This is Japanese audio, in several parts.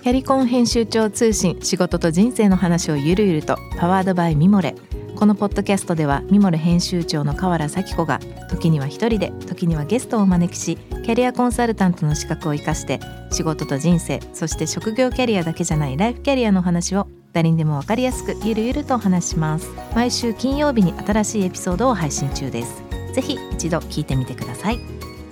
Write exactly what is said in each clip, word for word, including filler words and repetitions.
キャリコン編集長通信、仕事と人生の話をゆるゆると、パワードバイミモレ。このポッドキャストではミモレ編集長の河原咲子が時には一人で、時にはゲストをお招きし、キャリアコンサルタントの資格を生かして仕事と人生、そして職業キャリアだけじゃないライフキャリアの話を誰にでも分かりやすくゆるゆるとお話します。毎週金曜日に新しいエピソードを配信中です。ぜひ一度聞いてみてください。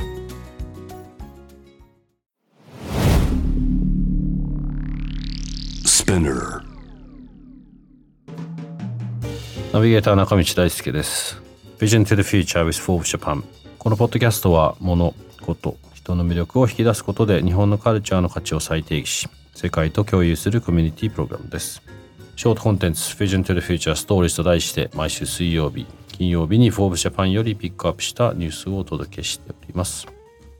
ナビゲーター中道大輔です。 Vision to the Future with Forbes Japan。 このポッドキャストは物、こと、人の魅力を引き出すことで日本のカルチャーの価値を再定義し、世界と共有するコミュニティプログラムです。ショートコンテンツ Vision to the Future Stories と題して、毎週水曜日、金曜日に Forbes Japan よりピックアップしたニュースをお届けしております。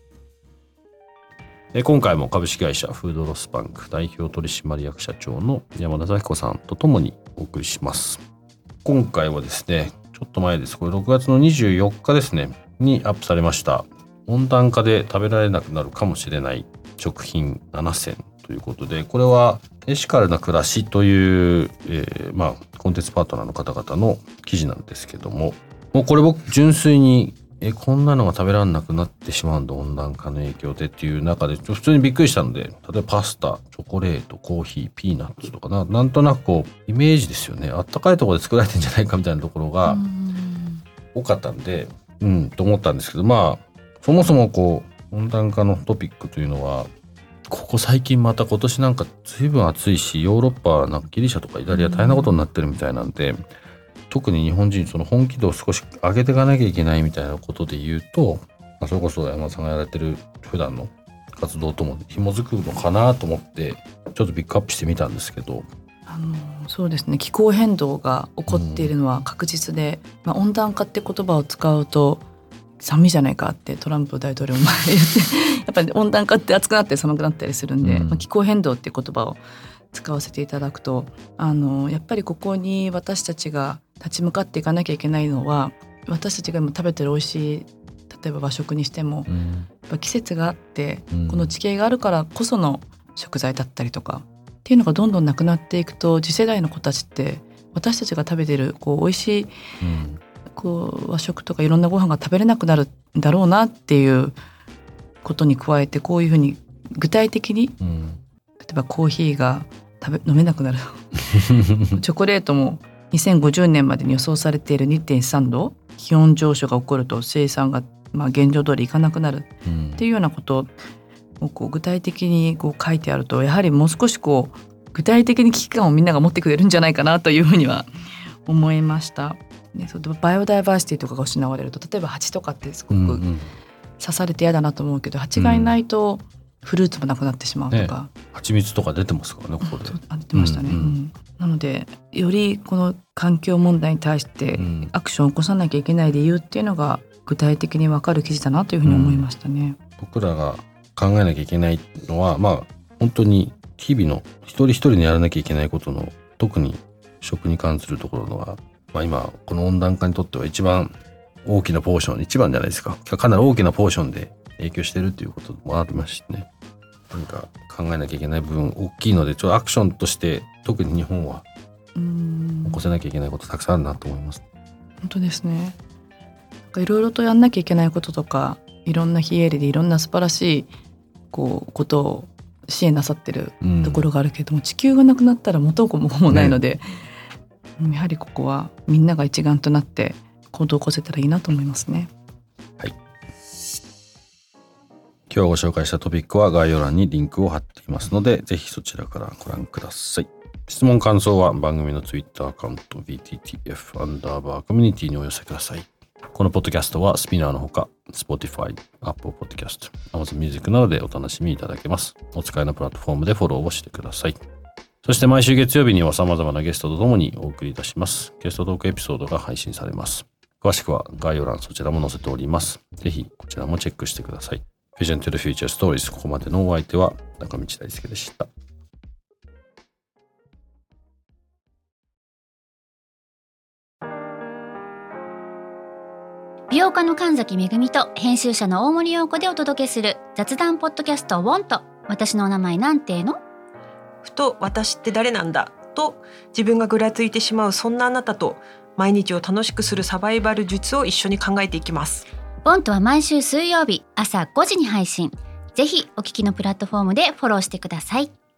今回も株式会社フードロスバンク代表取締役社長の山田咲子さんとともにお送りします。今回はですね、ちょっと前です。これろくがつのにじゅうよっかですねにアップされました。温暖化で食べられなくなるかもしれない食品ななせんということで、これはエシカルな暮らしという、えー、まあコンテンツパートナーの方々の記事なんですけども、もうこれ僕純粋にえこんなのが食べられなくなってしまうんだ、温暖化の影響でっていう中で普通にびっくりしたので、例えばパスタ、チョコレート、コーヒー、ピーナッツとか な, なんとなくこうイメージですよね。あったかいところで作られてんじゃないかみたいなところが多かったんで、うんと思ったんですけど、まあそもそもこう温暖化のトピックというのはここ最近また今年なんか随分暑いし、ヨーロッパなんかギリシャとかイタリア大変なことになってるみたいなんで、特に日本人その本気度を少し上げていかなきゃいけないみたいなことで言うと、まあ、それこそ山田さんがやられてる普段の活動とも紐づくのかなと思ってちょっとピックアップしてみたんですけど、 あのそうですね、気候変動が起こっているのは確実で、うんまあ、温暖化って言葉を使うと寒いじゃないかってトランプ大統領も前言ってやっぱり温暖化って暑くなったり寒くなったりするんで、うんまあ、気候変動っていう言葉を使わせていただくと、あのやっぱりここに私たちが立ち向かっていかなきゃいけないのは、私たちが今食べてる美味しい例えば和食にしても、うん、やっぱ季節があって、うん、この地形があるからこその食材だったりとかっていうのがどんどんなくなっていくと、次世代の子たちって私たちが食べてるこう美味しい、うん、こう和食とかいろんなご飯が食べれなくなるんだろうなっていうことに加えて、こういうふうに具体的に、うん、例えばコーヒーが食べ飲めなくなるチョコレートもにせんごじゅうねんまでに予想されている にてんさんど気温上昇が起こると生産がまあ現状通りいかなくなるっていうようなことをこう具体的にこう書いてあると、やはりもう少しこう具体的に危機感をみんなが持ってくれるんじゃないかなというふうには思いました。でそうバイオダイバーシティとかが失われると、例えば蜂とかってすごく刺されて嫌だなと思うけど、蜂がいないとフルーツもなくなってしまうとか、 ね、蜂蜜とか出てますからね、ここで。 あ出てましたね、うんうん、なのでよりこの環境問題に対してアクションを起こさなきゃいけない理由っていうのが具体的に分かる記事だなというふうに思いましたね、 うん、僕らが考えなきゃいけないのは、まあ本当に日々の一人一人にやらなきゃいけないことの、特に食に関するところのは、まあ、今この温暖化にとっては一番大きなポーション、一番じゃないですか、かなり大きなポーションで影響してるっていうこともありますしね。なんか考えなきゃいけない部分大きいので、ちょっとアクションとして特に日本は起こせなきゃいけないことたくさんあるなと思います。 本当ですね。いろいろとやんなきゃいけないこととか、いろんな非営利でいろんな素晴らしいこうことを支援なさってるところがあるけれども、うん、地球がなくなったら元も子もないので、ね、やはりここはみんなが一丸となって行動を起こせたらいいなと思いますね。 はい、今日ご紹介したトピックは概要欄にリンクを貼っていますので、ぜひそちらからご覧ください。質問感想は番組のツイッターアカウント ビーティーティーエフ アンダーバーコミュニティにお寄せください。このポッドキャストはスピナーのほか Spotify、Apple Podcast、Amazon Music などでお楽しみいただけます。お使いのプラットフォームでフォローをしてください。そして毎週月曜日には様々なゲストとともにお送りいたします。ゲストトークエピソードが配信されます。詳しくは概要欄そちらも載せております。ぜひこちらもチェックしてください。Vision to the Future Stories、 ここまでのお相手は中道大輔でした。 美容家の神崎めぐみと編集者の大森洋子でお届けする雑談ポッドキャストウォント、私のお名前なんての。 ふと私って誰なんだと自分がぐらついてしまう、そんなあなたと毎日を楽しくするサバイバル術を一緒に考えていきます。 ボントは毎週水曜日朝ごじに配信。ぜひお聞きのプラットフォームでフォローしてください。